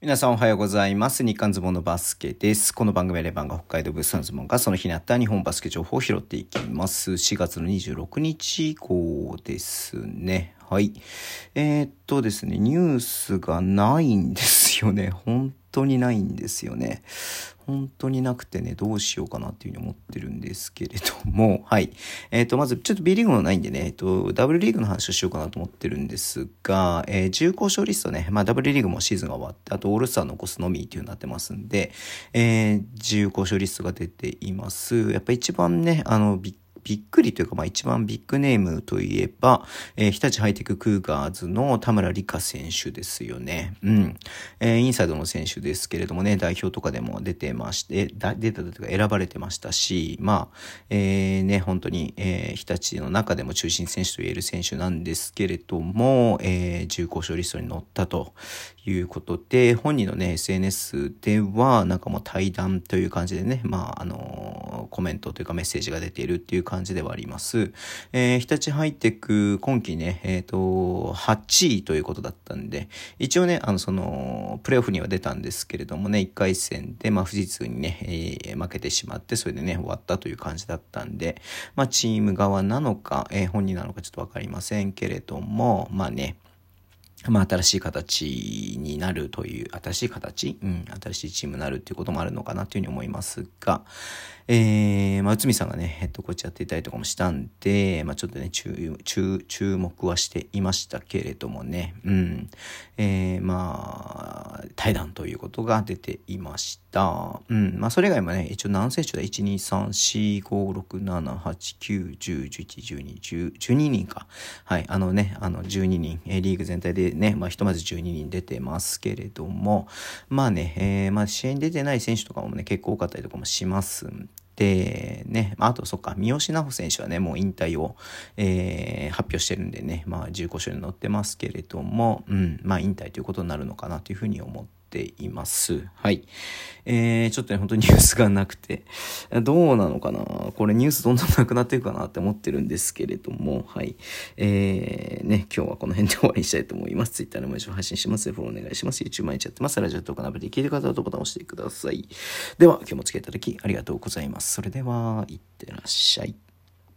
皆さんおはようございます。日刊ズボンのバスケです。この番組はレバンが北海道ブースのズボンがその日にあった日本バスケ情報を拾っていきます。4月の26日以降ですね。はい。ですね、ニュースがないんですよね。本当にないんですよね。本当になくてね、どうしようかなっていうふうに思ってるんですけれども、はい。まずちょっと B リーグもないんでね、W リーグの話をしようかなと思ってるんですが、重厚賞リストね、W リーグもシーズンが終わって、あとオールスター残すのみっていう風になってますんで、重厚賞リストが出ています。やっぱ一番ね、びっくりというか、一番ビッグネームといえば、日立ハイテククーガーズの田村理香選手ですよね。インサイドの選手ですけれどもね、代表とかでも出てまして、出たというか選ばれてましたし、本当に、日立の中でも中心選手と言える選手なんですけれども、重厚賞リストに載ったということで、本人のね、SNS では、なんかもう対談という感じでね、コメントというかメッセージが出ているっていう感じではあります。日立ハイテク今季ね、8位ということだったんで、一応ね、プレイオフには出たんですけれどもね、1回戦で、富士通にね、負けてしまって、それでね、終わったという感じだったんで、チーム側なのか、本人なのかちょっとわかりませんけれども、新しい形になるという、新しいチームになるっていうこともあるのかなというふうに思いますが、内海さんがね、ヘッドコーチやっていたりとかもしたんで、ちょっとね、注目はしていましたけれどもね、対談ということが出ていました。それ以外もね、一応何選手だ ?1、2、3、4、5、6、7、8、9、10、11、12、12人か。はい、12人、リーグ全体でね、ひとまず12人出てますけれども、試合に出てない選手とかもね、結構多かったりとかもしますんでね、あと、三好奈穂選手はね、もう引退を、発表してるんでね、15勝に載ってますけれども、引退ということになるのかなというふうに思っています。はい。ちょっとね、本当にニュースがなくて、どうなのかなこれニュースどんどんなくなっていくかなって思ってるんですけれども、はい。今日はこの辺で終わりにしたいと思います。Twitter の文章配信します。フォローお願いします。YouTube 毎日やってます。ラジオとかのアプリで聞いてる方はボタンを押してください。では、今日もお付き合いいただきありがとうございます。それでは、いってらっしゃい。